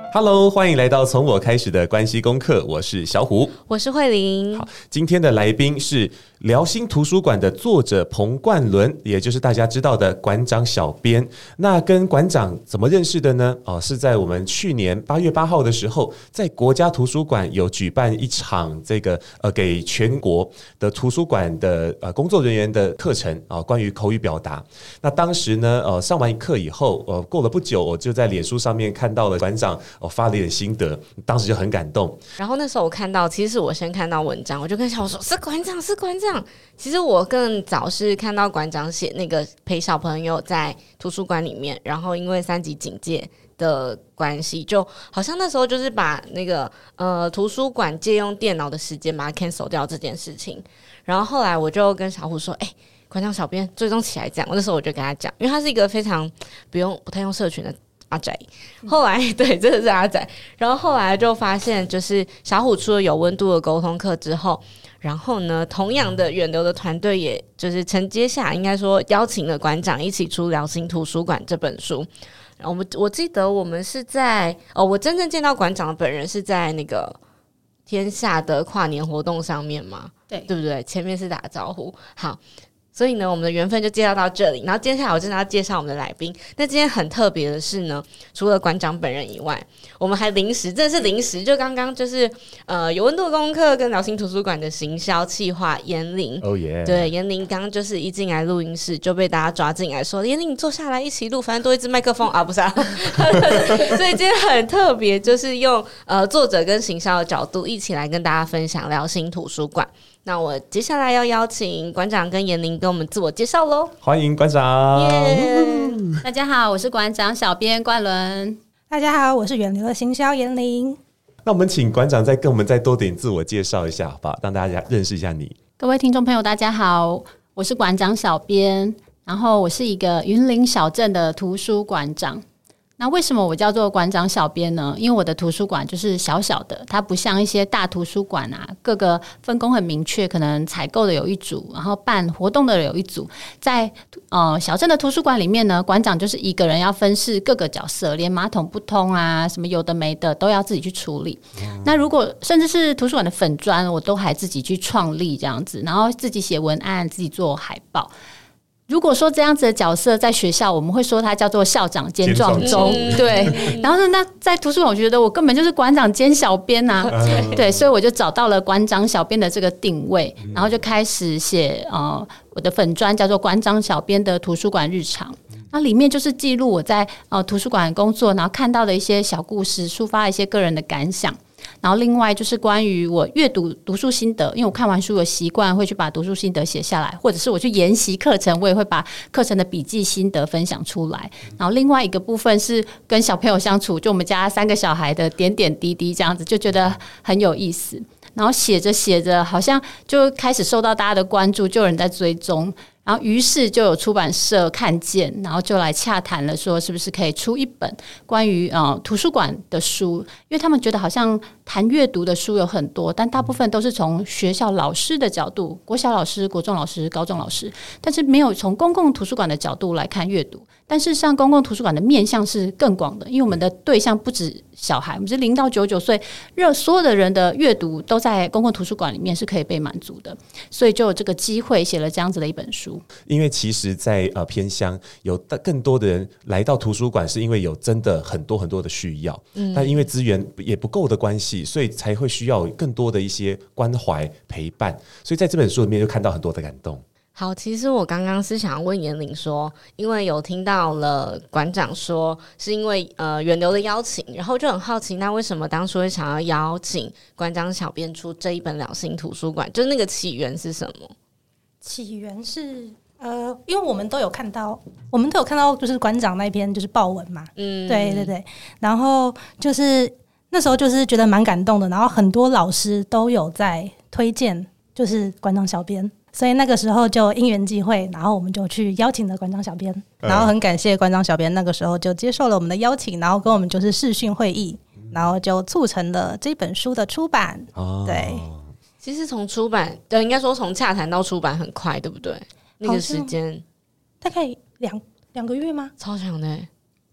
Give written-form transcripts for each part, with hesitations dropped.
Hello， 欢迎来到从我开始的关系功课，我是小虎， 我是慧玲。 好，今天的来宾是辽兴图书馆的作者彭冠伦，也就是大家知道的馆长小编。那跟馆长怎么认识的呢？是在我们去年8月8号的时候，在国家图书馆有举办一场这个给全国的图书馆的工作人员的课程关于口语表达。那当时呢上完课以后，过了不久，我就在脸书上面看到了馆长发了一点心得，当时就很感动。 然后那时候我看到，其实是我先看到文章，我就跟小虎说是馆长是馆长。其实我更早是看到馆长写那个陪小朋友在图书馆里面，然后因为3级警戒的关系，就好像那时候就是把那个图书馆借用电脑的时间把它 cancel 掉这件事情。然后后来我就跟小虎说馆长小编追踪起来这样。我那时候我就跟他讲，因为他是一个非常不太用社群的阿仔，后来对，真的是阿仔。然后后来就发现，就是小虎出了有温度的沟通课之后，然后呢，同样的远流的团队，也就是承接下，应该说邀请了馆长一起出《辽兴图书馆》这本书。我记得我们是在我真正见到馆长的本人是在那个天下的跨年活动上面嘛，对不对？前面是打招呼，好。所以呢，我们的缘分就介绍到这里。然后接下来我真的要介绍我们的来宾。那今天很特别的是呢，除了馆长本人以外，我们还临时，真的是临时，就刚刚就是有温度功课跟辽兴图书馆的行销企划严玲，对，严玲刚刚就是一进来录音室就被大家抓进来说，严玲你坐下来一起录，反正多一支麦克风啊，不是啊。所以今天很特别，就是用作者跟行销的角度一起来跟大家分享辽兴图书馆。那我接下来要邀请馆长跟严玲跟我们自我介绍咯。 欢迎馆长。 大家好，我是馆长小编冠伦。 大家好，我是远流的行销严玲。 那我们请馆长再跟我们再多点自我介绍一下好不好，让大家认识一下你。 各位听众朋友大家好，我是馆长小编，然后我是一个云林小镇的图书馆长。那为什么我叫做馆长小编呢？因为我的图书馆就是小小的，它不像一些大图书馆啊，各个分工很明确，可能采购的有一组，然后办活动的有一组。在小镇的图书馆里面呢，馆长就是一个人要分饰各个角色，连马桶不通啊，什么有的没的都要自己去处理。那如果甚至是图书馆的粉专，我都还自己去创立这样子，然后自己写文案，自己做海报。如果说这样子的角色在学校，我们会说他叫做校长兼撞钟，对。然后呢，那在图书馆，我觉得我根本就是馆长兼小编啊，对，所以我就找到了馆长小编的这个定位，然后就开始写我的粉专叫做馆长小编的图书馆日常。那里面就是记录我在图书馆工作，然后看到的一些小故事，抒发一些个人的感想。然后另外就是关于我阅读读书心得，因为我看完书有习惯会去把读书心得写下来，或者是我去研习课程，我也会把课程的笔记心得分享出来。然后另外一个部分是跟小朋友相处，就我们家3个小孩的点点滴滴这样子，就觉得很有意思。然后写着写着好像就开始受到大家的关注，就有人在追踪，然后于是就有出版社看见，然后就来洽谈了，说是不是可以出一本关于图书馆的书，因为他们觉得好像谈阅读的书有很多，但大部分都是从学校老师的角度，国小老师、国中老师、高中老师，但是没有从公共图书馆的角度来看阅读。但事实上公共图书馆的面向是更广的，因为我们的对象不止小孩，我们是0到99岁，所有的人的阅读都在公共图书馆里面是可以被满足的，所以就有这个机会写了这样子的一本书。 因为其实在偏乡有更多的人来到图书馆，是因为有真的很多很多的需要，但因为资源也不够的关系，所以才会需要更多的一些关怀陪伴，所以在这本书里面就看到很多的感动。 好，其实我刚刚是想要问严玲说，因为有听到了馆长说是因为远流的邀请，然后就很好奇，那为什么当初会想要邀请馆长小编出这一本辽兴图书馆，就是那个起源是什么？ 起源是因为我们都有看到就是馆长那篇就是报文嘛，对对对，然后就是那时候就是觉得蛮感动的，然后很多老师都有在推荐就是馆长小编，所以那个时候就因缘际会，然后我们就去邀请了馆长小编，然后很感谢馆长小编那个时候就接受了我们的邀请，然后跟我们就是视讯会议，然后就促成了这本书的出版。对， 其实从出版应该说从洽谈到出版很快，对不对？那个时间大概两个月吗？ 超长的。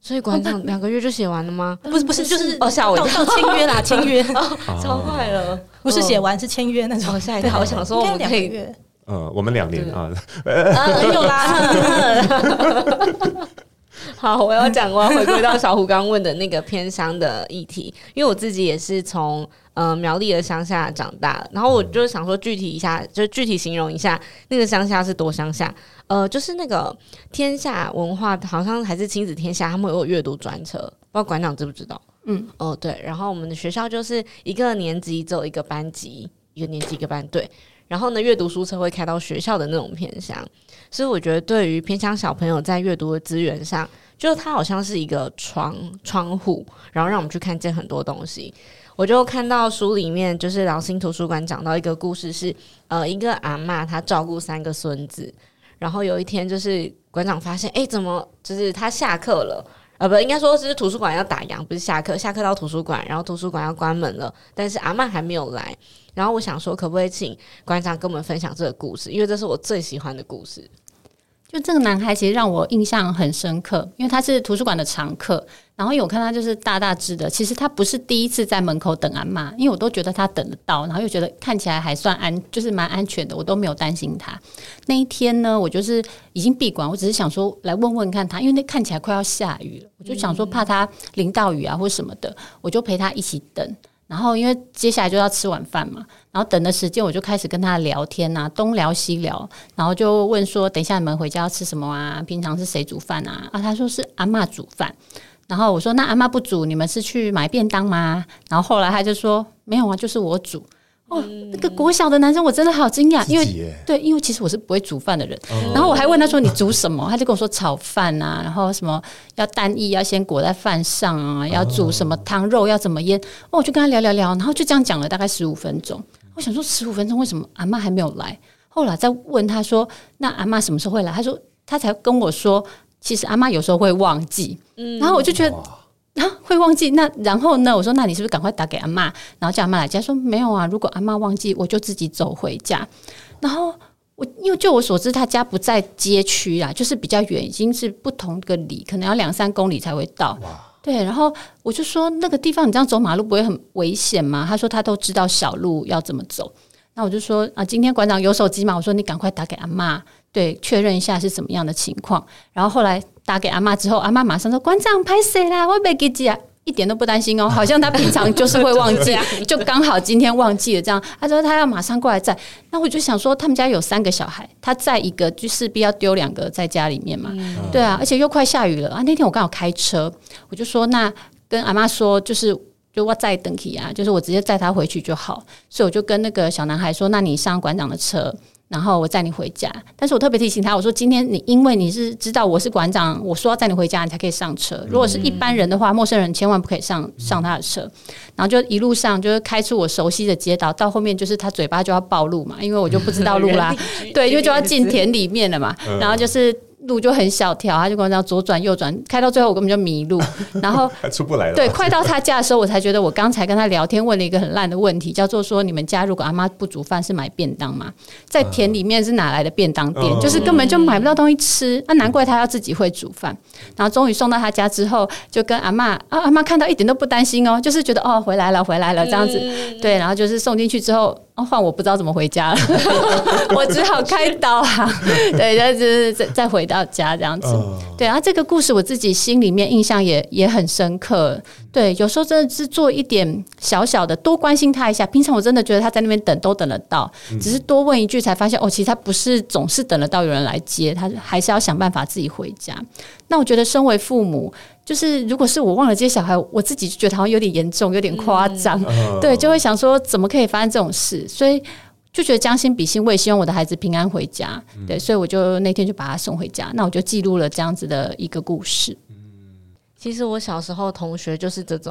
所以馆长2个月就写完了吗？ 不是，就是吓我一跳， 到签约啦，签约超快了， 不是写完是签约那种。 吓一跳，我想说我们可以， 我们2年啊， 有啦。 好，我要回归到小胡刚问的那个偏乡的议题，因为我自己也是从苗栗的乡下长大，然后我就想说具体形容一下那个乡下是多乡下。就是那个天下文化好像还是亲子天下，他们有阅读专车，不知道馆长知不知道？对，然后我们的学校就是一个年级只有一个班级，一个年级一个班队，然后呢阅读书车会开到学校的那种偏乡，所以我觉得对于偏乡小朋友在阅读的资源上，就是它好像是一个窗户，然后让我们去看见很多东西。我就看到书里面就是劳心图书馆讲到一个故事是一个阿嬷她照顾3个孙子，然后有一天就是馆长发现怎么就是他下课了，不应该说是图书馆要打烊，不是下课到图书馆，然后图书馆要关门了，但是阿嬷还没有来，然后我想说可不可以请馆长跟我们分享这个故事，因为这是我最喜欢的故事。 就这个男孩其实让我印象很深刻，因为他是图书馆的常客，然后因为我看他就是大大只的，其实他不是第一次在门口等阿嬷，因为我都觉得他等得到，然后又觉得看起来还算就是蛮安全的，我都没有担心他。那一天呢，我就是已经闭馆，我只是想说来问问看他，因为那看起来快要下雨了，我就想说怕他淋到雨啊或什么的，我就陪他一起等。然后因为接下来就要吃晚饭嘛，然后等的时间我就开始跟他聊天啊，东聊西聊，然后就问说等一下你们回家要吃什么啊，平常是谁煮饭啊？他说是阿嬷煮饭，然后我说那阿嬷不煮，你们是去买便当吗？然后后来他就说没有啊，就是我煮。那个国小的男生我真的好惊讶，因为其实我是不会煮饭的人，然后我还问他说你煮什么，他就跟我说炒饭啊，然后什么要蛋液要先裹在饭上啊，要煮什么汤，肉要怎么腌，我就跟他聊聊聊，然后就这样讲了大概15分钟。我想说15分钟为什么阿嬷还没有来？后来再问他说那阿嬷什么时候会来？他才跟我说其实阿嬷有时候会忘记，然后我就觉得会忘记，那然后呢？我说那你是不是赶快打给阿嬷，然后叫阿嬷来家？说没有啊，如果阿嬷忘记，我就自己走回家。然后因为就我所知，他家不在街区啦，就是比较远，已经是不同个里，可能要2-3公里才会到。对，然后我就说那个地方你这样走马路不会很危险吗？他说他都知道小路要怎么走。那我就说今天馆长有手机嘛？我说你赶快打给阿嬷，对，确认一下是什么样的情况。然后后来打给阿嬷之后，阿嬷马上说馆长拍谁啦，我没记起啊，一点都不担心哦，好像他平常就是会忘记，就刚好今天忘记了这样。他说他要马上过来载，那我就想说他们家有3个小孩，他载一个就势必要丢2个在家里面嘛，对啊，而且又快下雨了啊。那天我刚好开车，我就说那跟阿嬷说就我载等起啊，就是我直接载他回去就好，所以我就跟那个小男孩说，那你上馆长的车，然后我载你回家。但是我特别提醒他，我说今天因为你是知道我是馆长，我说要载你回家你才可以上车，如果是一般人的话，陌生人千万不可以上他的车。然后就一路上就是开出我熟悉的街道，到后面就是他嘴巴就要暴露嘛，因为我就不知道路啦对，因为就要进田里面了嘛，然后就是路就很小条，他就跟我讲左转右转，开到最后我根本就迷路，然后还出不来了。 对，快到他家的时候，我才觉得我刚才跟他聊天问了一个很烂的问题，叫做说你们家如果阿嬷不煮饭是买便当吗？在田里面是哪来的便当店？就是根本就买不到东西吃，难怪他要自己会煮饭。然后终于送到他家之后，就跟阿嬷阿嬷看到一点都不担心哦，就是觉得回来了这样子。对，然后就是送进去之后，换我不知道怎么回家了，我只好开导航，对，就是再回到家这样子。对，然后这个故事我自己心里面印象也很深刻。对，有时候真的是做一点小小的，多关心他一下。平常我真的觉得他在那边等都等得到，只是多问一句才发现，其实他不是总是等得到有人来接，他还是要想办法自己回家。那我觉得身为父母，就是如果是我忘了接小孩，我自己就觉得好像有点严重，有点夸张。对，就会想说怎么可以发生这种事，所以就觉得将心比心，我也希望我的孩子平安回家。对，所以我就那天就把他送回家，那我就记录了这样子的一个故事。 其实我小时候同学就是这种，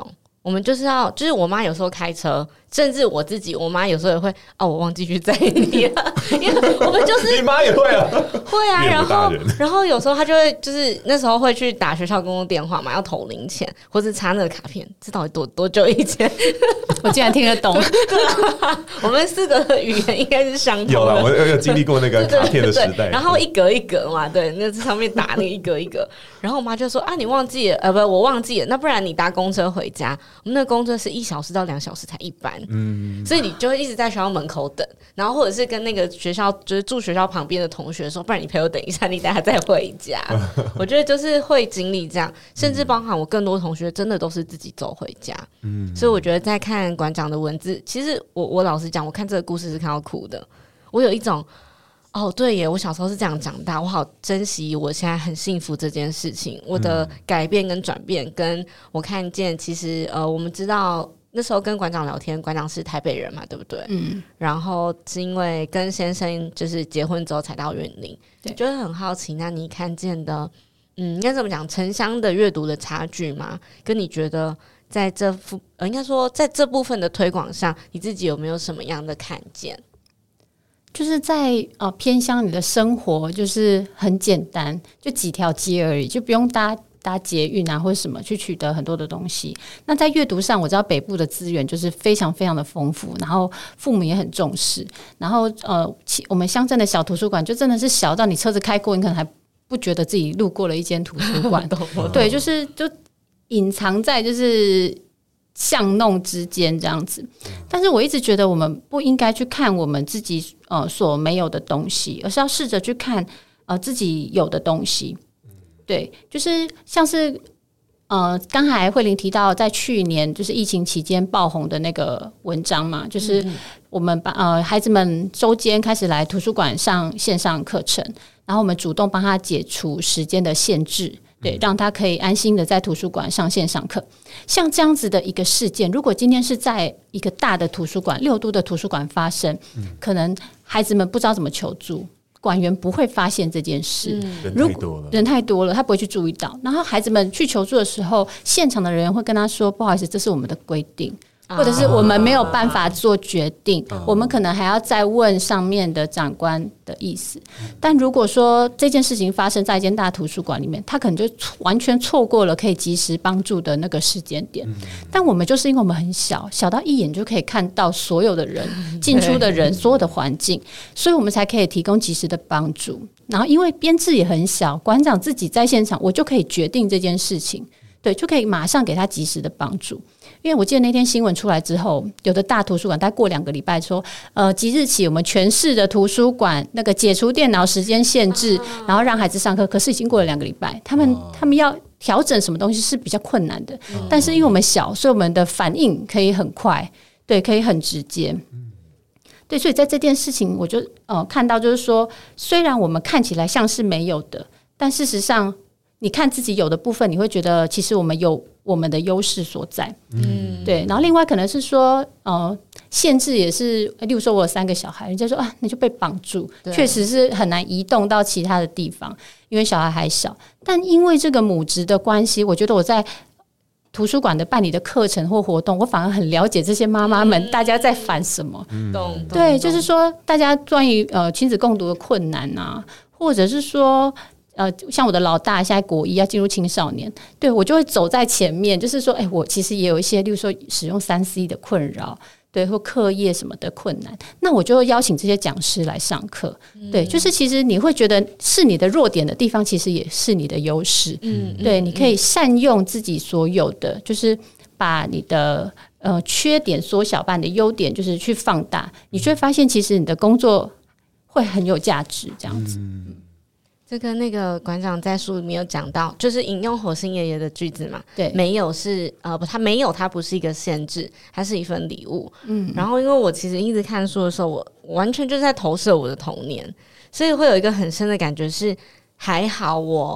我们就是我妈有时候开车，甚至我妈有时候也会我忘记去载你了，因为我们就是你妈也会啊， 会啊，然后有时候她就会就是那时候会去打学校公共电话嘛，要投零钱或是插那个卡片，这到底多久以前？ 我竟然听得懂。 我们4个的语言应该是相同的。 有啦，我有经历过那个卡片的时代。 然后一格一格嘛，对，那上面打那个一格一格。然后我妈就说你忘记了，不，我忘记了，那不然你搭公车回家。我们那个公车是1小时到2小时才一班，所以你就会一直在学校门口等，然后或者是跟那个学校就是住学校旁边的同学说，不然你陪我等一下，你等一下再回家。我觉得就是会经历这样，甚至包含我更多同学真的都是自己走回家。所以我觉得在看馆长的文字，其实我老实讲，我看这个故事是看到哭的。我有一种对耶，我小时候是这样长大，我好珍惜我现在很幸福这件事情。我的改变跟转变，跟我看见其实我们知道那时候跟馆长聊天，馆长是台北人嘛，对不对？然后是因为跟先生就是结婚之后才到云林，就会很好奇，那你看见的应该怎么讲，城乡的阅读的差距吗？跟你觉得在应该说在这部分的推广上，你自己有没有什么样的看见？ 就是在偏乡，你的生活就是很简单，就几条街而已，就不用搭捷运啊或者什么去取得很多的东西。那在阅读上，我知道北部的资源就是非常非常的丰富，然后父母也很重视。然后我们乡镇的小图书馆就真的是小到你车子开过，你可能还不觉得自己路过了一间图书馆。对，就隐藏在就是巷弄之间这样子。但是我一直觉得我们不应该去看我们自己所没有的东西，而是要试着去看自己有的东西。对，就是像是刚才慧玲提到在去年就是疫情期间爆红的那个文章嘛，就是我们把孩子们周间开始来图书馆上线上课程，然后我们主动帮他解除时间的限制，对，让他可以安心的在图书馆上线上课。像这样子的一个事件，如果今天是在一个大的图书馆6都的图书馆发生，可能孩子们不知道怎么求助，馆员不会发现这件事，人太多了，他不会去注意到。然后孩子们去求助的时候，现场的人会跟他说：“不好意思，这是我们的规定。”或者是我们没有办法做决定，我们可能还要再问上面的长官的意思。但如果说这件事情发生在一间大图书馆里面，他可能就完全错过了可以及时帮助的那个时间点。但我们就是因为我们很小到一眼就可以看到所有的人进出的人所有的环境，所以我们才可以提供及时的帮助。然后因为编制也很小，馆长自己在现场，我就可以决定这件事情，对，就可以马上给他及时的帮助。因为我记得那天新闻出来之后，有的大图书馆大概过2个礼拜说，即日起我们全市的图书馆那个解除电脑时间限制，然后让孩子上课。可是已经过了2个礼拜，他们要调整什么东西是比较困难的。但是因为我们小，所以我们的反应可以很快，对，可以很直接。对，所以在这件事情，我就看到就是说，虽然我们看起来像是没有的，但事实上，你看自己有的部分，你会觉得其实我们有我们的优势所在。对。然后另外可能是说，限制也是，例如说我有3个小孩，人家说你就被绑住，确实是很难移动到其他的地方，因为小孩还小。但因为这个母职的关系，我觉得我在图书馆的办理的课程或活动，我反而很了解这些妈妈们大家在烦什么。对，就是说大家关于亲子共读的困难啊，或者是说像我的老大现在国1要进入青少年，对，我就会走在前面，就是说我其实也有一些例如说使用3C 的困扰，对，或课业什么的困难，那我就会邀请这些讲师来上课。对，就是其实你会觉得是你的弱点的地方，其实也是你的优势。对，你可以善用自己所有的，就是把你的缺点缩小，把你的优点就是去放大，你就会发现其实你的工作会很有价值，这样子。 这个那个馆长在书里面有讲到，就是引用火星爷爷的句子嘛， 对， 没有是他没有，它不是一个限制，它是一份礼物。然后因为我其实一直看书的时候，我完全就是在投射我的童年，所以会有一个很深的感觉是，还好我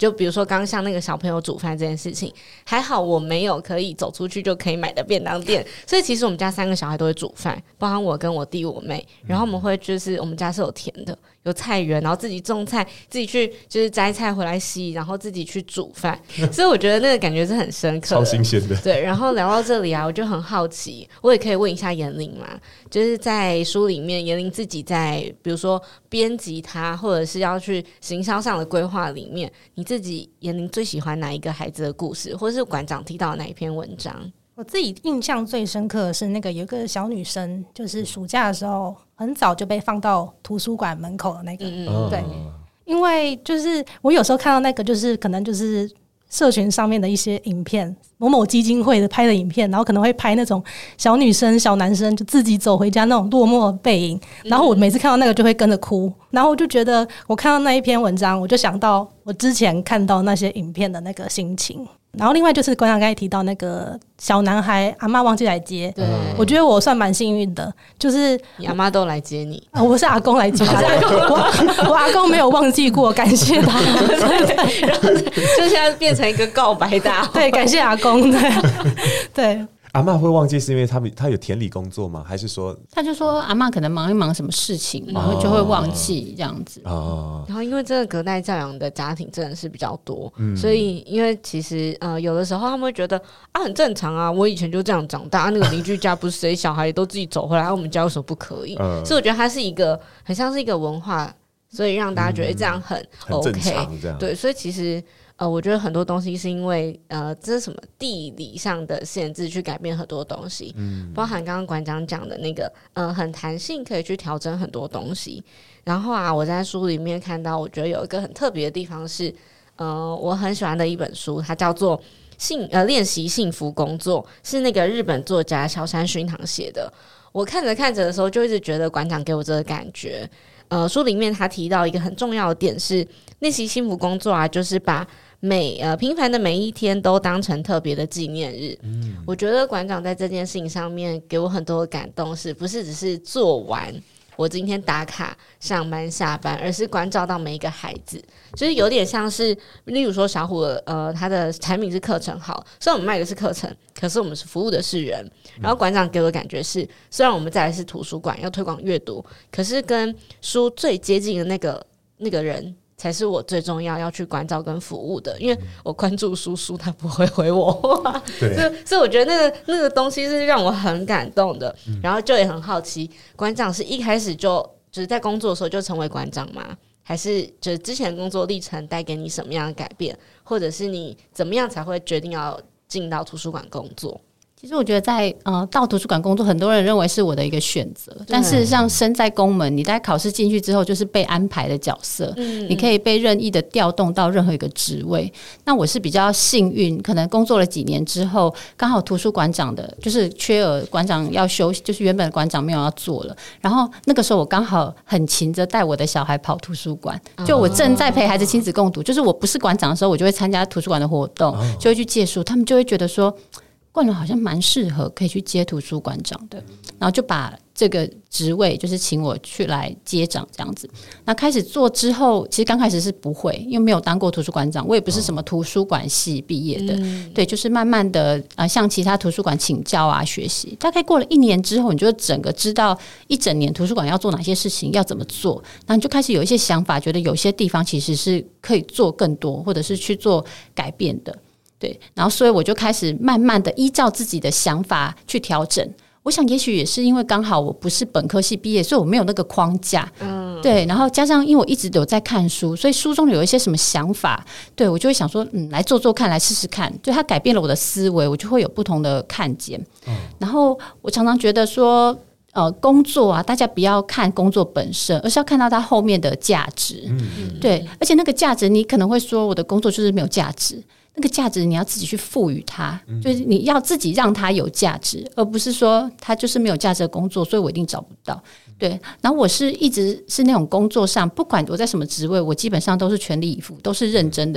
就比如说刚刚像那个小朋友煮饭这件事情，还好我没有可以走出去就可以买的便当店，所以其实我们家3个小孩都会煮饭，包含我跟我弟我妹，然后我们会就是我们家是有田的，有菜园，然后自己种菜，自己去就是摘菜回来洗，然后自己去煮饭，所以我觉得那个感觉是很深刻的， 超新鲜的。 对，然后聊到这里啊，我就很好奇，我也可以问一下妍玲嘛，就是在书里面，妍玲自己在比如说编辑它，或者是要去行销上的规划里面，你自己妍玲最喜欢哪一个孩子的故事，或者是馆长提到的哪一篇文章？ 我自己印象最深刻的是那个有一个小女生，就是暑假的时候很早就被放到图书馆门口的那个，对，因为就是我有时候看到那个，就是可能就是社群上面的一些影片，某某基金会的拍的影片，然后可能会拍那种小女生小男生就自己走回家那种落寞的背影，然后我每次看到那个就会跟着哭，然后我就觉得我看到那一篇文章，我就想到我之前看到那些影片的那个心情。然后另外就是馆长刚才提到那个小男孩阿嬷忘记来接，对，我觉得我算蛮幸运的，就是你阿嬷都来接你， 我是阿公来接他，我阿公没有忘记过，感谢他。 对，然后就现在变成一个告白大会， 对，感谢阿公，对。 阿嬷会忘记是因为他有田里工作吗？还是说他就说阿嬷可能忙一忙什么事情，然后就会忘记这样子。 然后因为这个隔代教养的家庭真的是比较多，所以因为其实有的时候他们会觉得啊很正常啊，我以前就这样长大，那个邻居家不是谁小孩都自己走回来，我们家为什么不可以？所以我觉得它是一个很像是一个文化，所以让大家觉得这样很 OK， 正常这样。 对，所以其实。我觉得很多东西是因为这是什么地理上的限制去改变很多东西，包含刚刚馆长讲的那个很弹性可以去调整很多东西。然后啊，我在书里面看到，我觉得有一个很特别的地方是，我很喜欢的一本书，它叫做练习幸福工作，是那个日本作家小山薰堂写的。我看着看着的时候，就一直觉得馆长给我这个感觉。书里面他提到一个很重要的点是，练习幸福工作啊，就是把平凡的每一天都当成特别的纪念日。我觉得馆长在这件事情上面给我很多的感动，是不是只是做完我今天打卡上班下班，而是关照到每一个孩子，就是有点像是例如说小虎他的产品是课程好，虽然我们卖的是课程，可是我们是服务的是人。然后馆长给我的感觉是，虽然我们再来是图书馆要推广阅读，可是跟书最接近的那个人才是我最重要要去关照跟服务的，因为我关注书他不会回我话，所以我觉得那个东西是让我很感动的。然后就也很好奇，馆长是一开始就是在工作的时候就成为馆长吗？还是就是之前的工作历程带给你什么样的改变，或者是你怎么样才会决定要进到图书馆工作？ 其实我觉得在到图书馆工作，很多人认为是我的一个选择，但事实上身在公门，你在考试进去之后就是被安排的角色，你可以被任意的调动到任何一个职位。那我是比较幸运，可能工作了几年之后，刚好图书馆长的就是缺额，馆长要休息，就是原本的馆长没有要做了，然后那个时候我刚好很勤着带我的小孩跑图书馆，就我正在陪孩子亲子共读，就是我不是馆长的时候，我就会参加图书馆的活动，就会去借书，他们就会觉得说冠伦好像蛮适合可以去接图书馆长的，然后就把这个职位就是请我去来接掌这样子。那开始做之后，其实刚开始是不会，因为没有当过图书馆长，我也不是什么图书馆系毕业的，对，就是慢慢的向其他图书馆请教啊学习。大概过了1年之后，你就整个知道一整年图书馆要做哪些事情，要怎么做，然后你就开始有一些想法，觉得有些地方其实是可以做更多，或者是去做改变的。对，然后所以我就开始慢慢的依照自己的想法去调整。我想也许也是因为刚好我不是本科系毕业，所以我没有那个框架，对，然后加上因为我一直有在看书，所以书中有一些什么想法，对，我就会想说来做做看，来试试看，就它改变了我的思维，我就会有不同的看见。然后我常常觉得说工作啊，大家不要看工作本身，而是要看到它后面的价值。对，而且那个价值你可能会说我的工作就是没有价值，那个价值你要自己去赋予它，就是你要自己让它有价值，而不是说它就是没有价值的工作，所以我一定找不到。对，然后我是一直是那种工作上，不管我在什么职位，我基本上都是全力以赴，都是认真的人。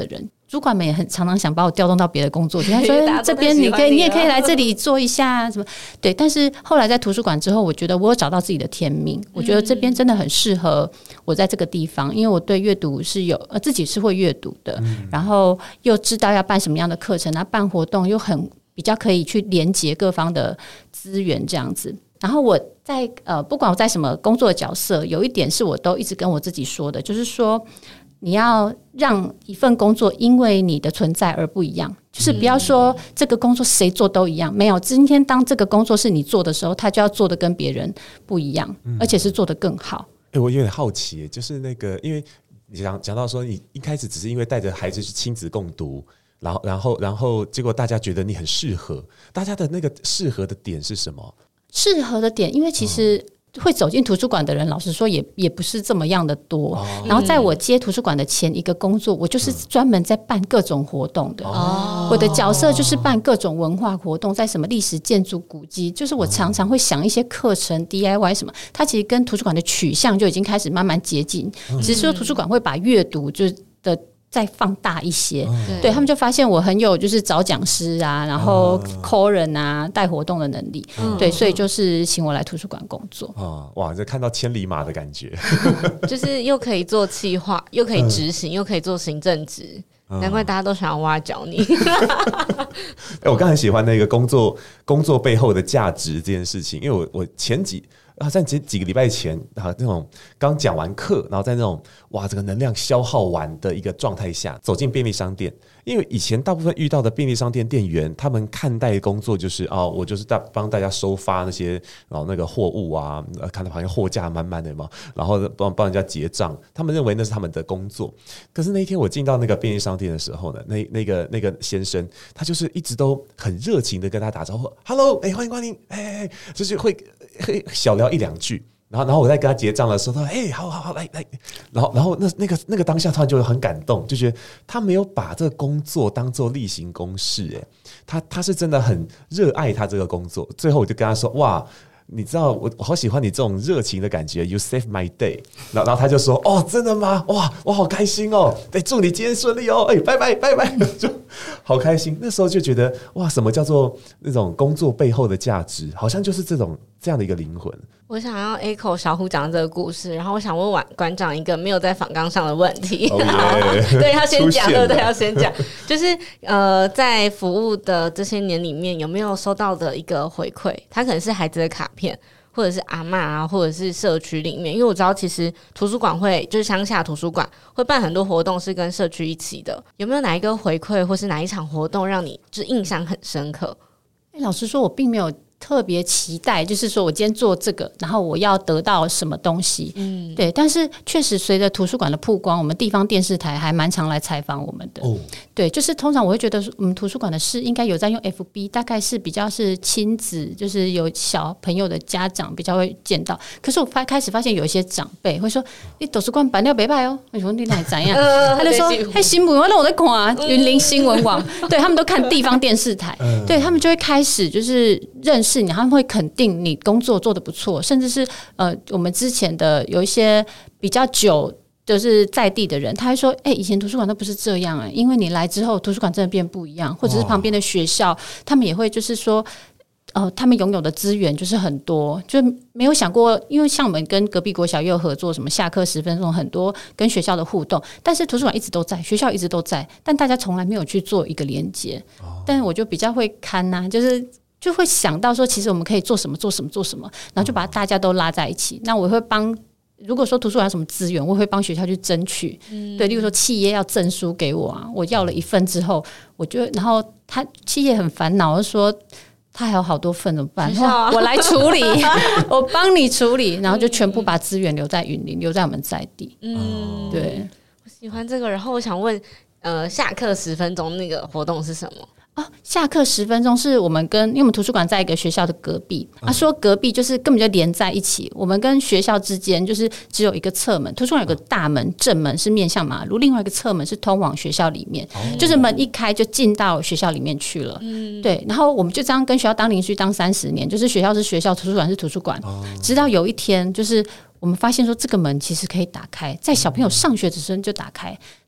主管们也很常常想把我调动到别的工作，他说这边你也可以来这里做一下什么，对。但是后来在图书馆之后，我觉得我有找到自己的天命，我觉得这边真的很适合我在这个地方，因为我对阅读是有自己是会阅读的，然后又知道要办什么样的课程，办活动又很比较可以去连接各方的资源这样子。然后我在不管我在什么工作的角色，有一点是我都一直跟我自己说的，就是说你要让一份工作因为你的存在而不一样，就是不要说这个工作谁做都一样，没有，今天当这个工作是你做的时候，他就要做的跟别人不一样，而且是做得更好。 我有点好奇，就是那个因为你讲到说你一开始只是因为带着孩子去亲子共读，然后结果大家觉得你很适合，大家的那个适合的点是什么？ 适合的点，因为其实会走进图书馆的人，老实说也不是这么样的多。然后在我接图书馆的前一个工作，我就是专门在办各种活动的。我的角色就是办各种文化活动，在什么历史建筑古迹，就是我常常会想一些课程 DIY 什么，它其实跟图书馆的取向就已经开始慢慢接近，只是说图书馆会把阅读的再放大一些，对，他们就发现我很有就是找讲师啊，然后 call 人啊，带活动的能力，对，所以就是请我来图书馆工作。 哇，这看到千里马的感觉， 就是又可以做企划，又可以执行，又可以做行政职。难怪大家都想要挖角你。 我刚很喜欢那个工作背后的价值这件事情，因为我在几个礼拜前那种刚讲完课，然后在那种这个能量消耗完的一个状态下走进便利商店，因为以前大部分遇到的便利商店店员，他们看待工作就是我就是帮大家收发那些那个货物啊，看到旁边货架满满的嘛，然后帮人家结账，他们认为那是他们的工作。可是那一天我进到那个便利商店的时候呢，那个先生他就是一直都很热情的跟他打招呼 ，Hello， 欢迎光临，就是会小聊一两句，然后我在跟他结账的时候，他说好来，然后那个当下突然就很感动，就觉得他没有把这个工作当做例行公事，他是真的很热爱他这个工作。最后我就跟他说，哇，你知道我好喜欢你这种热情的感觉 ，You save my day。然后他就说，真的吗？哇，我好开心哦！祝你今天顺利哦！拜拜，就好开心。那时候就觉得，哇，什么叫做那种工作背后的价值？好像就是这样的一个灵魂。 我想要 echo 小虎讲这个故事，然后我想问馆长一个没有在访纲上的问题。对，要先讲，对不对？要先讲，就是在服务的这些年里面，有没有收到的一个回馈？他可能是孩子的卡片，或者是阿嬷啊，或者是社区里面，因为我知道其实图书馆就是乡下图书馆会办很多活动是跟社区一起的，有没有哪一个回馈或是哪一场活动让你就印象很深刻？ 老实说我并没有特别期待，就是说我今天做这个，然后我要得到什么东西，对。但是确实随着图书馆的曝光，我们地方电视台还蛮常来采访我们的，对，就是通常我会觉得我们图书馆的事应该有在用 FB， 大概是比较是亲子，就是有小朋友的家长比较会见到。可是我开始发现有一些长辈会说，你图书馆办了不错哦，我说你哪怎样？他就说，新闻我在看云林新闻网，对，他们都看地方电视台，对，他们就会开始就是认识你，他们会肯定你工作做得不错，甚至是我们之前的有一些比较久就是在地的人，他还说以前图书馆都不是这样，因为你来之后图书馆真的变不一样，或者是旁边的学校他们也会就是说他们拥有的资源就是很多，就没有想过，因为像我们跟隔壁国小也有合作，什么下课10分钟很多跟学校的互动，但是图书馆一直都在，学校一直都在，但大家从来没有去做一个连接。但是我就比较会看就会想到说，其实我们可以做什么，然后就把大家都拉在一起。那我会帮，如果说图书馆有什么资源，我会帮学校去争取。对，例如说企业要证书给我啊，我要了一份之后，然后企业很烦恼，说他还有好多份怎么办？我来处理，我帮你处理，然后就全部把资源留在云林，留在我们在地。对， 我喜欢这个。然后我想问，下课10分钟那个活动是什么？ 下课10分钟是我们因为我们图书馆在一个学校的隔壁，说隔壁就是根本就连在一起。我们跟学校之间就是只有一个侧门，图书馆有个大门正门是面向马路，另外一个侧门是通往学校里面，就是门一开就进到学校里面去了。对，然后我们就这样跟学校当邻居当30年，就是学校是学校，图书馆是图书馆，直到有一天就是我们发现说这个门其实可以打开，在小朋友上学的时候就打开。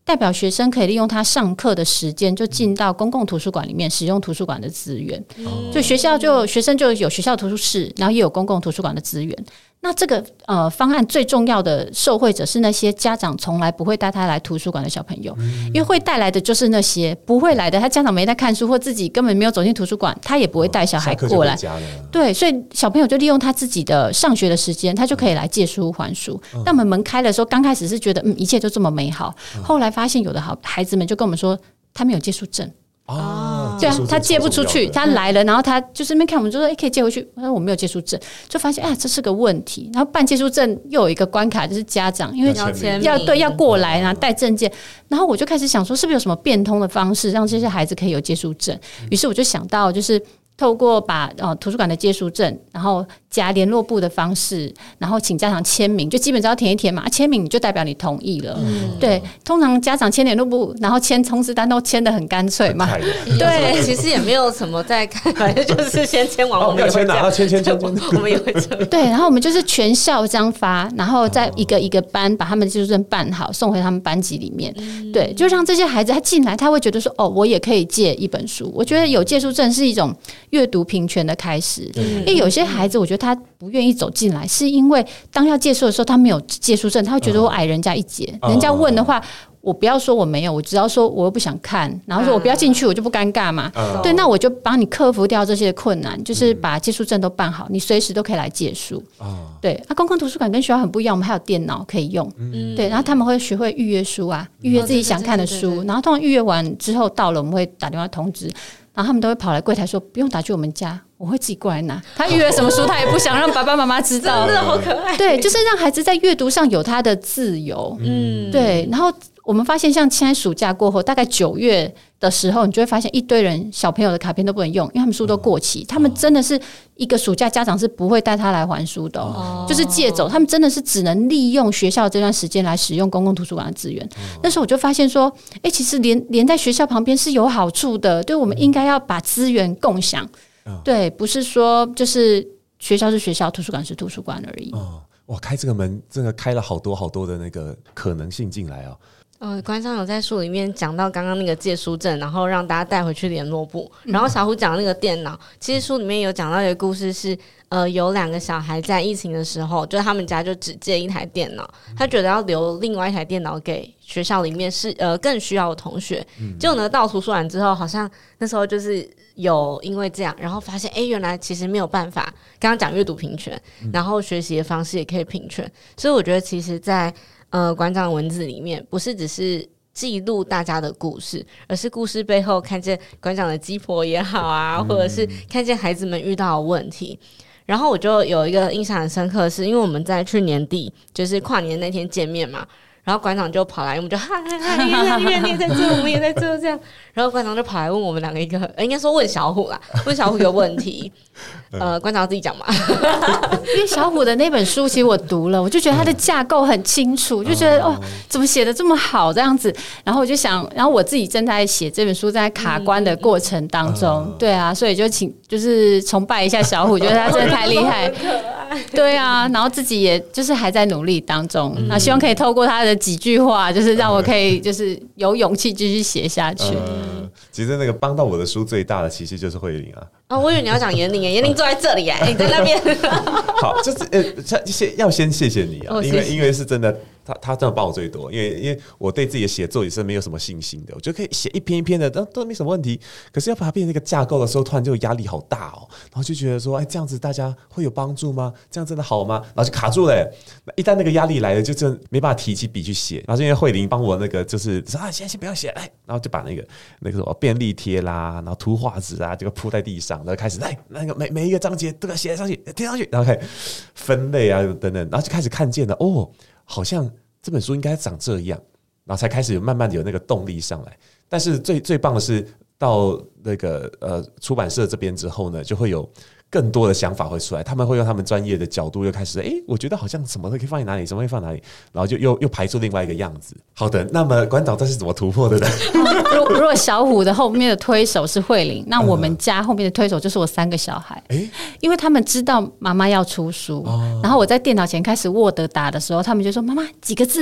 代表学生可以利用他上课的时间，就进到公共图书馆里面使用图书馆的资源。就学生就有学校图书室，然后也有公共图书馆的资源。那这个方案最重要的受惠者是那些家长从来不会带他来图书馆的小朋友，因为会带来的就是那些不会来的，他家长没在看书或自己根本没有走进图书馆，他也不会带小孩过来。对，所以小朋友就利用他自己的上学的时间，他就可以来借书还书。但我们门开的时候，刚开始是觉得一切就这么美好，后来发现有的孩子们就跟我们说，他没有借书证。对啊，他借不出去，他来了，然后他就是那边看我们就说，可以借回去。他说我没有借书证，就发现这是个问题。然后办借书证又有一个关卡，就是家长因为要过来，然后带证件。然后我就开始想说，是不是有什么变通的方式，让这些孩子可以有借书证？于是我就想到，就是透过把图书馆的借书证，然后加联络簿的方式，然后请家长签名，就基本上要填一填嘛，签名你就代表你同意了。对，通常家长签联络簿，然后签通知单都签得很干脆嘛。 对，其实也没有什么在看，反正就是先签完，我们也会这样，我们也会这样。 对，然后我们就是全校这样发，然后再一个一个班把他们的借书证办好，送回他们班级里面。对，就让这些孩子他进来，他会觉得说，我也可以借一本书。我觉得有借书证是一种阅读平权的开始，因为有些孩子我觉得他不愿意走进来，是因为当要借书的时候他没有借书证，他会觉得我矮人家一截，人家问的话我不要说我没有，我只要说我又不想看，然后说我不要进去，我就不尴尬嘛。对，那我就帮你克服掉这些困难，就是把借书证都办好，你随时都可以来借书。对，公共图书馆跟学校很不一样，我们还有电脑可以用。对，然后他们会学会预约书啊，预约自己想看的书，然后通常预约完之后到了，我们会打电话通知。然后他们都会跑来柜台说，不用打去我们家，我会自己过来拿。他预约什么书他也不想让爸爸妈妈知道。 真的好可爱。 对，就是让孩子在阅读上有他的自由。对，然后我们发现像现在暑假过后大概9月的时候，你就会发现一堆人小朋友的卡片都不能用，因为他们书都过期。他们真的是一个暑假家长是不会带他来还书的。就是借走，他们真的是只能利用学校这段时间来使用公共图书馆的资源。那时候我就发现说，其实连在学校旁边是有好处的，对，我们应该要把资源共享。对，不是说就是学校是学校，图书馆是图书馆而已。 哇，开这个门真的开了好多好多的那个可能性进来馆长有在书里面讲到刚刚那个借书证，然后让大家带回去联络簿。然后小虎讲那个电脑，其实书里面有讲到一个故事是，有2个小孩在疫情的时候，就是他们家就只借一台电脑，他觉得要留另外一台电脑给学校里面是更需要的同学。结果呢，到图书馆之后，好像那时候就是有因为这样，然后发现原来其实没有办法。刚刚讲阅读平权，然后学习的方式也可以平权，所以我觉得其实在馆长的文字里面，不是只是记录大家的故事，而是故事背后看见馆长的鸡婆也好啊，或者是看见孩子们遇到的问题。然后我就有一个印象很深刻的是，因为我们在去年底就是跨年那天见面嘛，然后馆长就跑来，我们就哈，你也在这，我们也在这，这样。然后馆长就跑来问我们2个一个，应该说问小虎啦，问小虎一个问题。馆长自己讲嘛。 因为小虎的那本书其实我读了，我就觉得他的架构很清楚，就觉得怎么写的这么好这样子。然后我就想，然后我自己正在写这本书，在卡关的过程当中，对啊，所以就是崇拜一下小虎，觉得他真的太厉害。对啊，然后自己也就是还在努力当中，那希望可以透过他的几句话，就是让我可以就是有勇气继续写下去。 其实那个帮到我的书最大的其实就是慧玲啊。 我以为你要讲严玲，严玲坐在这里你在那边。 好，就是要先谢谢你啊，因为是真的。他真的帮我最多，因为我对自己的写作也是没有什么信心的，我觉得可以写一篇一篇的都没什么问题，可是要把它变成一个架构的时候，突然就压力好大然后就觉得说，这样子大家会有帮助吗？这样真的好吗？然后就卡住了一旦那个压力来了，就真没办法提起笔去写。然后因为慧玲帮我那个就是说先不要写，然后就把那个什么便利贴啦，然后图画纸啊，这个铺在地上，然后开始那个每一个章节都要写上去，贴上去，然后开始分类啊等等，然后就开始看见了好像这本书应该长这样，然后才开始慢慢的有那个动力上来。但是最棒的是到那个出版社这边之后呢，就会有更多的想法会出来，他们会用他们专业的角度又开始我觉得好像什么都可以放在哪里，什么可以放哪里，然后就又排出另外一个样子。好的，那么馆长这是怎么突破的呢？ 如果小虎的后面的推手是慧玲，那我们家后面的推手就是我3个小孩。因为他们知道妈妈要出书，然后我在电脑前开始Word打的时候，他们就说妈妈几个字了，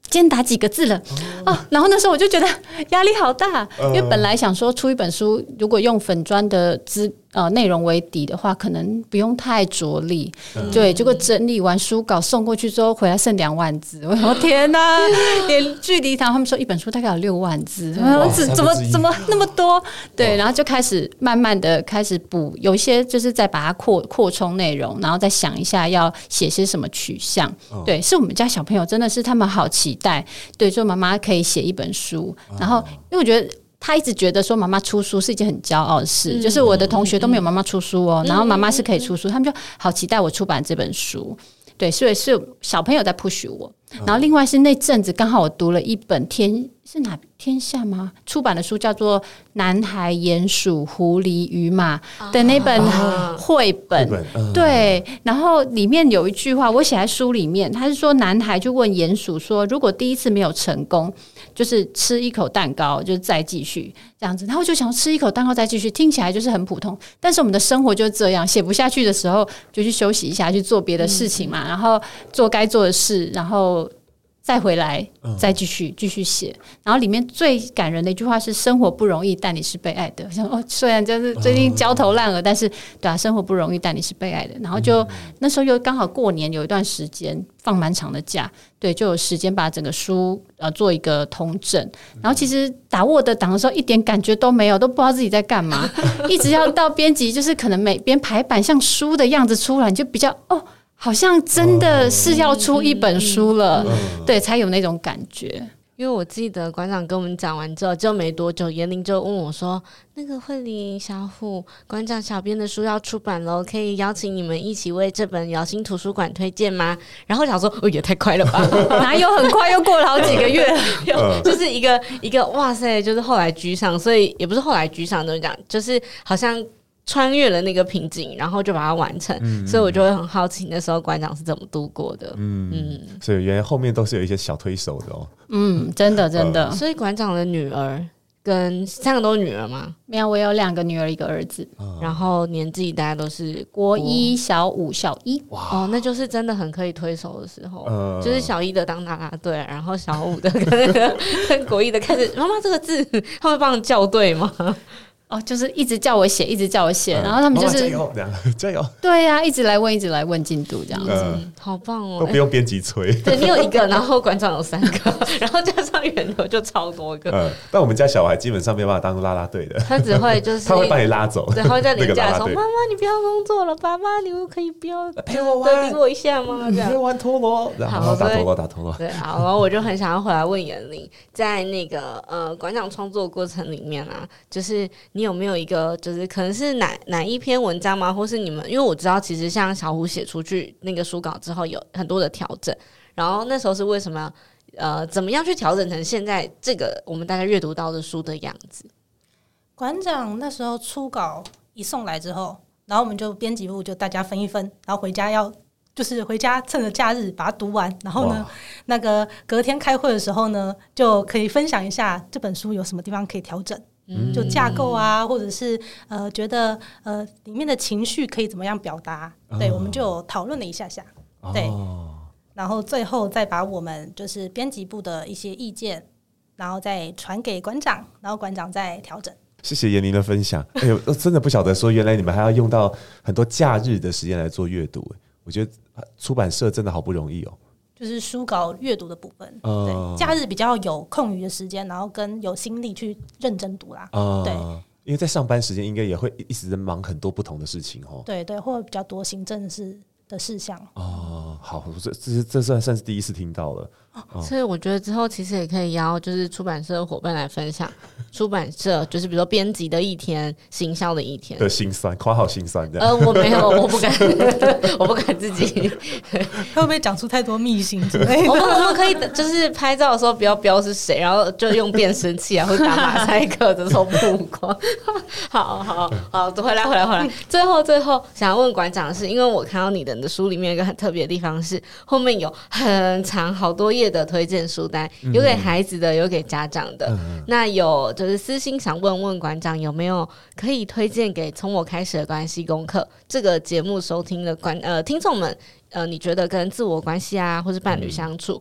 今天打几个字了然后那时候我就觉得压力好大，因为本来想说出一本书，如果用粉专的内容为底的话，可能不用太着力。对，结果整理完书稿送过去之后，回来剩2万字。我说天哪，连距离他们说一本书大概有6万字，怎么那么多？对，然后就开始慢慢的开始补，有一些就是再把它扩充内容，然后再想一下要写些什么取向。对，是我们家小朋友真的是他们好期待，对，说妈妈可以写一本书，然后因为我觉得。他一直觉得说妈妈出书是一件很骄傲的事，就是我的同学都没有妈妈出书然后妈妈是可以出书，他们就好期待我出版这本书。对，所以是小朋友在 push 我，然后另外是那阵子刚好我读了一本天下吗？出版的书叫做《南海鼹鼠狐狸与马》的那本绘本，对，然后里面有一句话我写在书里面，他是说南海就问鼹鼠说，如果第一次没有成功，就是吃一口蛋糕，就是再继续这样子。然后我就想吃一口蛋糕再继续，听起来就是很普通，但是我们的生活就是这样，写不下去的时候就去休息一下，去做别的事情嘛，然后做该做的事，然后再回来再继续写。然后里面最感人的一句话是生活不容易但你是被爱的。虽然就是最近焦头烂额，但是对啊，生活不容易但你是被爱的。然后就那时候又刚好过年有一段时间放蛮长的假，对，就有时间把整个书做一个统整。然后其实打Word档的时候一点感觉都没有，都不知道自己在干嘛一直要到编辑就是可能每边排版像书的样子出来，你就比较好像真的是要出一本书了，对，才有那种感觉。 因为我记得馆长跟我们讲完之后，就没多久，严玲就问我说：“那个慧玲、小虎，馆长小编的书要出版了，可以邀请你们一起为这本姚心图书馆推荐吗？”然后想说：“也太快了吧！ 哪有很快，又过了好几个月， 就是一个哇塞，就是后来居上，所以也不是后来居上，都是讲，就是好像。”穿越了那个瓶颈，然后就把它完成，所以我就会很好奇那时候馆长是怎么度过的。 所以原来后面都是有一些小推手的真的。 所以馆长的女儿跟3个都是女儿吗？ 没有，我有2个女儿，1个儿子， 然后年纪大概都是国1、小5、小1。 那就是真的很可以推手的时候，就是小1的当啦啦队，然后小5的跟国1的开始，妈妈这个字，他会帮你校对吗？ 就是一直叫我写，然后他们就是加油， 对呀，一直来问进度这样子， 好棒哦， 都不用编辑催。 对，你有1个，然后馆长有3个，然后加上源头就超多个。 但我们家小孩基本上没办法当啦啦队的， 他只会就是他会把你拉走， 对，他会在年假的时候，妈妈你不要工作了，爸爸你可以不要陪我玩， 理我一下吗？这样陪我玩陀螺，然后打陀螺。 对，好，然后我就很想要回来问严玲，在那个馆长创作过程里面啊，就是你有没有一个就是可能是哪一篇文章吗？或是你们，因为我知道其实像小虎写出去那个书稿之后有很多的调整，然后那时候是为什么怎么样去调整成现在这个我们大家阅读到的书的样子？ 馆长那时候初稿一送来之后，然后我们就编辑部就大家分一分，然后回家趁着假日把它读完，然后呢，那个隔天开会的时候呢，就可以分享一下这本书有什么地方可以调整。就架构啊，或者是觉得里面的情绪可以怎么样表达，对，我们就有讨论了一下，对，然后最后再把我们就是编辑部的一些意见，然后再传给馆长，然后馆长再调整。 谢谢严玲的分享。我真的不晓得说原来你们还要用到很多假日的时间来做阅读，我觉得出版社真的好不容易就是书稿阅读的部分，对，假日比较有空余的时间，然后跟有心力去认真读啦，对， 因为在上班时间应该也会一直在忙很多不同的事情对，或者比较多行政的事项。 好，这算是第一次听到了。 所以我觉得之后其实也可以邀就是出版社的伙伴来分享出版社就是比如说编辑的一天、行销的一天的辛酸，括号辛酸的。 我没有，我不敢，我不敢自己。 会不会讲出太多秘辛之类的？ 我们可以就是拍照的时候不要标是谁，然后就用变声器啊，或者打马赛克的时候曝光。好，回来。最后想要问馆长的是，因为我看到你的书里面有一个很特别的地方是后面有很长好多页的推荐书单，有给孩子的，有给家长的。那有就是私心想问馆长有没有可以推荐给从我开始的关系功课这个节目收听的听众们，你觉得跟自我关系啊，或是伴侣相处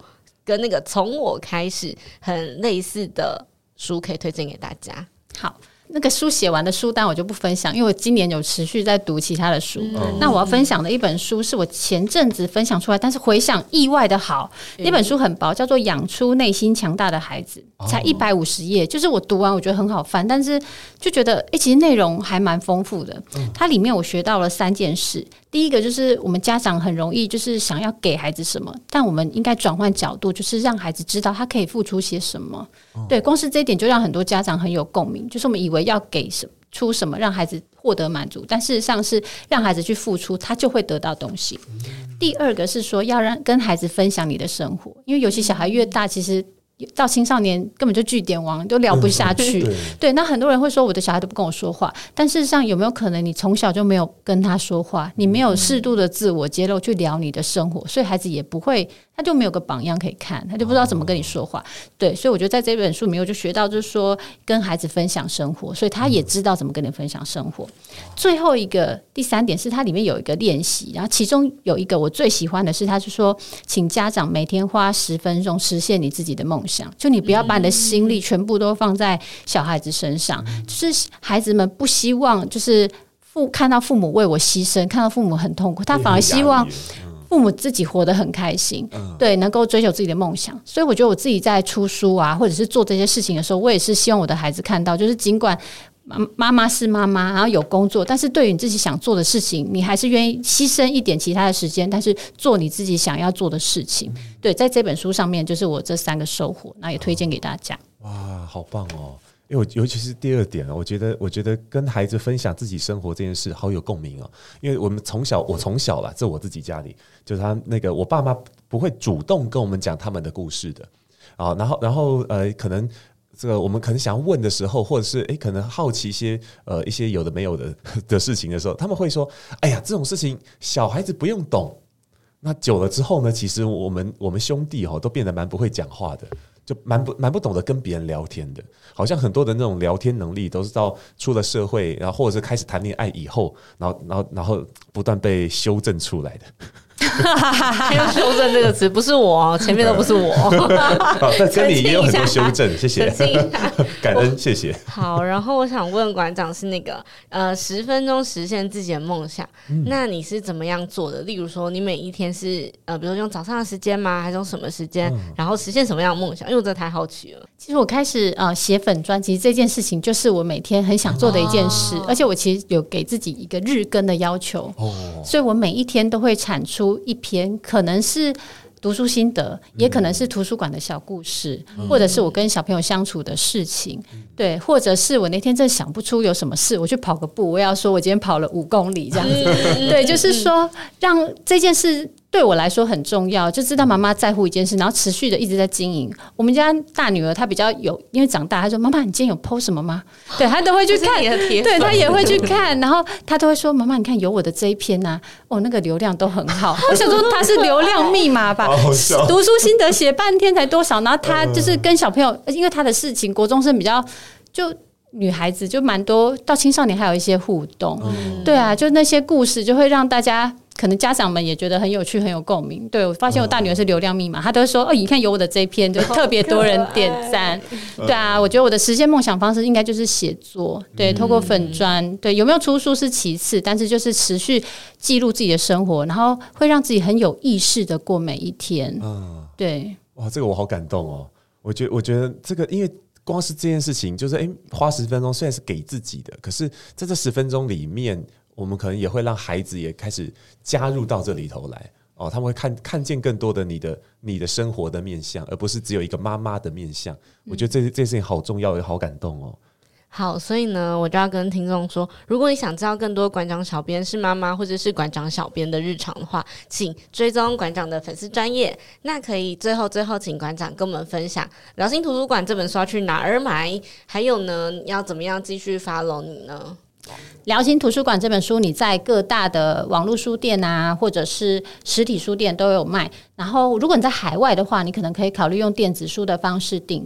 跟那个从我开始很类似的书可以推荐给大家？ 好，那个书写完的书单我就不分享，因为我今年有持续在读其他的书。那我要分享的一本书是我前阵子分享出来，但是回想意外的好。那本书很薄，叫做《养出内心强大的孩子》，才150页。就是我读完我觉得很好翻，但是就觉得其实内容还蛮丰富的。它里面我学到了3件事。第一个就是我们家长很容易就是想要给孩子什么，但我们应该转换角度，就是让孩子知道他可以付出些什么。对，光是这一点就让很多家长很有共鸣，就是我们以为要给出什么让孩子获得满足，但事实上是让孩子去付出，他就会得到东西。第二个是说要跟孩子分享你的生活，因为尤其小孩越大，其实到青少年根本就句点王，都聊不下去。对，那很多人会说我的小孩都不跟我说话，但事实上有没有可能你从小就没有跟他说话，你没有适度的自我揭露去聊你的生活，所以孩子也不会，他就没有个榜样可以看，他就不知道怎么跟你说话。对，所以我觉得在这本书里面我就学到，就是说跟孩子分享生活，所以他也知道怎么跟你分享生活。最后一个第3点是它里面有一个练习，然后其中有一个我最喜欢的是，他是说请家长每天花10分钟实现你自己的梦想，就你不要把你的心力全部都放在小孩子身上，就是孩子们不希望就是看到父母为我牺牲，看到父母很痛苦，他反而希望父母自己活得很开心，对，能够追求自己的梦想。所以我觉得我自己在出书啊，或者是做这些事情的时候，我也是希望我的孩子看到，就是尽管妈妈是妈妈，然后有工作，但是对于你自己想做的事情，你还是愿意牺牲一点其他的时间，但是做你自己想要做的事情。对，在这本书上面就是我这3个收获，那也推荐给大家。 哇，好棒哦！因为尤其是第2点，我觉得跟孩子分享自己生活这件事好有共鸣哦。因为我从小啦，这我自己家里，就是他那个我爸妈不会主动跟我们讲他们的故事的啊，然后可能这个我们可能想要问的时候，或者是可能好奇一些有的没有的事情的时候，他们会说：“哎呀，这种事情小孩子不用懂。”那久了之后呢，其实我们兄弟都变得蛮不会讲话的。就蛮不懂得跟别人聊天的，好像很多的那种聊天能力都是到出了社会，然后或者是开始谈恋爱以后，然后不断被修正出来的。 用修正这个词不是我，前面都不是我。 但跟你也有很多修正，谢谢，感恩，谢谢。 好，然后我想问馆长是那个10分钟实现自己的梦想，那你是怎么样做的？例如说，你每一天是比如说用早上的时间吗？还是用什么时间？然后实现什么样的梦想？因为我真的太好奇了。 其实我开始写粉专，其实这件事情就是我每天很想做的一件事，而且我其实有给自己一个日更的要求，所以我每一天都会产出一篇，可能是读书心得，也可能是图书馆的小故事，或者是我跟小朋友相处的事情，对，或者是我那天真的想不出有什么事，我去跑个步，我要说我今天跑了5公里这样子，对，就是说让这件事对我来说很重要，就知道妈妈在乎一件事，然后持续的一直在经营。我们家大女儿她比较有，因为长大，她说妈妈，你今天有 po 什么吗？对，她都会去看，对，她也会去看，然后她都会说妈妈，你看有我的这一篇啊，那个流量都很好。我想说她是流量密码吧，读书心得写半天才多少，然后她就是跟小朋友，因为她的事情国中生比较就。女孩子就蛮多，到青少年还有一些互动，对啊，就那些故事就会让大家可能家长们也觉得很有趣很有共鸣。对，我发现我大女儿是流量密码，她都会说你看有我的这一篇就特别多人点赞。对啊，我觉得我的实现梦想方式应该就是写作，对，透过粉专，对，有没有出书是其次，但是就是持续记录自己的生活，然后会让自己很有意识的过每一天。对， 哇，这个我好感动哦。我觉得这个因为光是这件事情，就是花10分钟，虽然是给自己的，可是在这10分钟里面，我们可能也会让孩子也开始加入到这里头来他们会看见更多的你的生活的面向，而不是只有一个妈妈的面向。我觉得这件事情好重要，也好感动哦。 好，所以呢，我就要跟听众说，如果你想知道更多馆长小编是妈妈或者是馆长小编的日常的话，请追踪馆长的粉丝专页。那可以最后请馆长跟我们分享聊心图书馆这本书要去哪儿买，还有呢，要怎么样继续 follow 你呢？ 聊心图书馆这本书，你在各大的网络书店啊，或者是实体书店都有卖。然后，如果你在海外的话，你可能可以考虑用电子书的方式订购。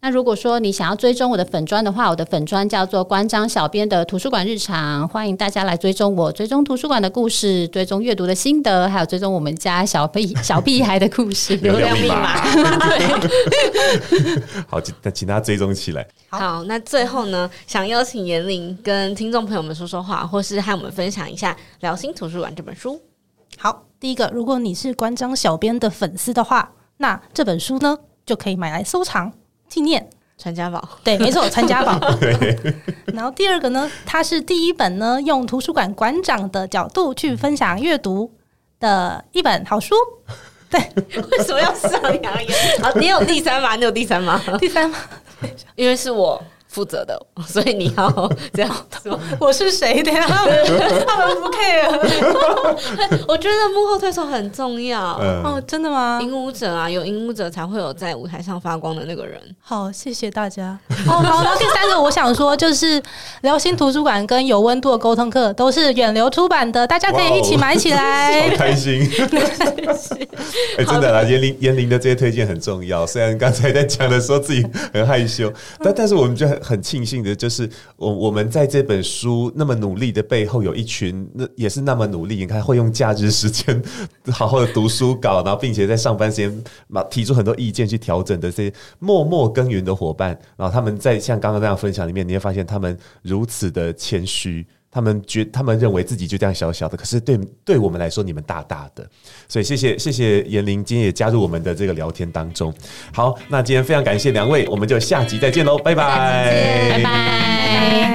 那如果说你想要追踪我的粉专的话，我的粉专叫做馆长小编的图书馆日常，欢迎大家来追踪我，追踪图书馆的故事，追踪阅读的心得，还有追踪我们家小屁孩的故事， 流量密码。 对， 好，那请大家追踪起来。 好，那最后呢，想邀请妍玲跟听众朋友们说说话，或是和我们分享一下《聊心图书馆》这本书。 好，第一个，如果你是馆长小编的粉丝的话，那这本书呢就可以买来收藏纪念。 传家宝， 对，没错，传家宝。然后第二个呢，它是第一本呢用图书馆馆长的角度去分享阅读的一本好书。对， 为什么要上扬言？好，你有第三吗？你有第三吗？ 第三吗？ 因为是我负责的，所以你要这样说。 我是谁的呀？他们不 care。 我觉得幕后推手很重要。 哦，真的吗？ 引舞者啊，有引舞者才会有在舞台上发光的那个人。 好，谢谢大家。哦，好，然后第三个我想说，就是聊心图书馆跟有温度的沟通课都是远流出版的，大家可以一起买起来。 好开心！真的啦，妍玲的这些推荐很重要。虽然刚才在讲的时候自己很害羞，但是我们就很庆幸的，就是我们在这本书那么努力的背后，有一群也是那么努力。你看，会用假日时间好好的读书稿，然后并且在上班时间提出很多意见去调整的这些默默耕耘的伙伴，然后他们在像刚刚那样分享里面，你会发现他们如此的谦虚。他们认为自己就这样小小的，可是对我们来说，你们大大的，所以谢谢妍玲今天也加入我们的这个聊天当中。好，那今天非常感谢两位，我们就下集再见喽，拜拜， 拜拜。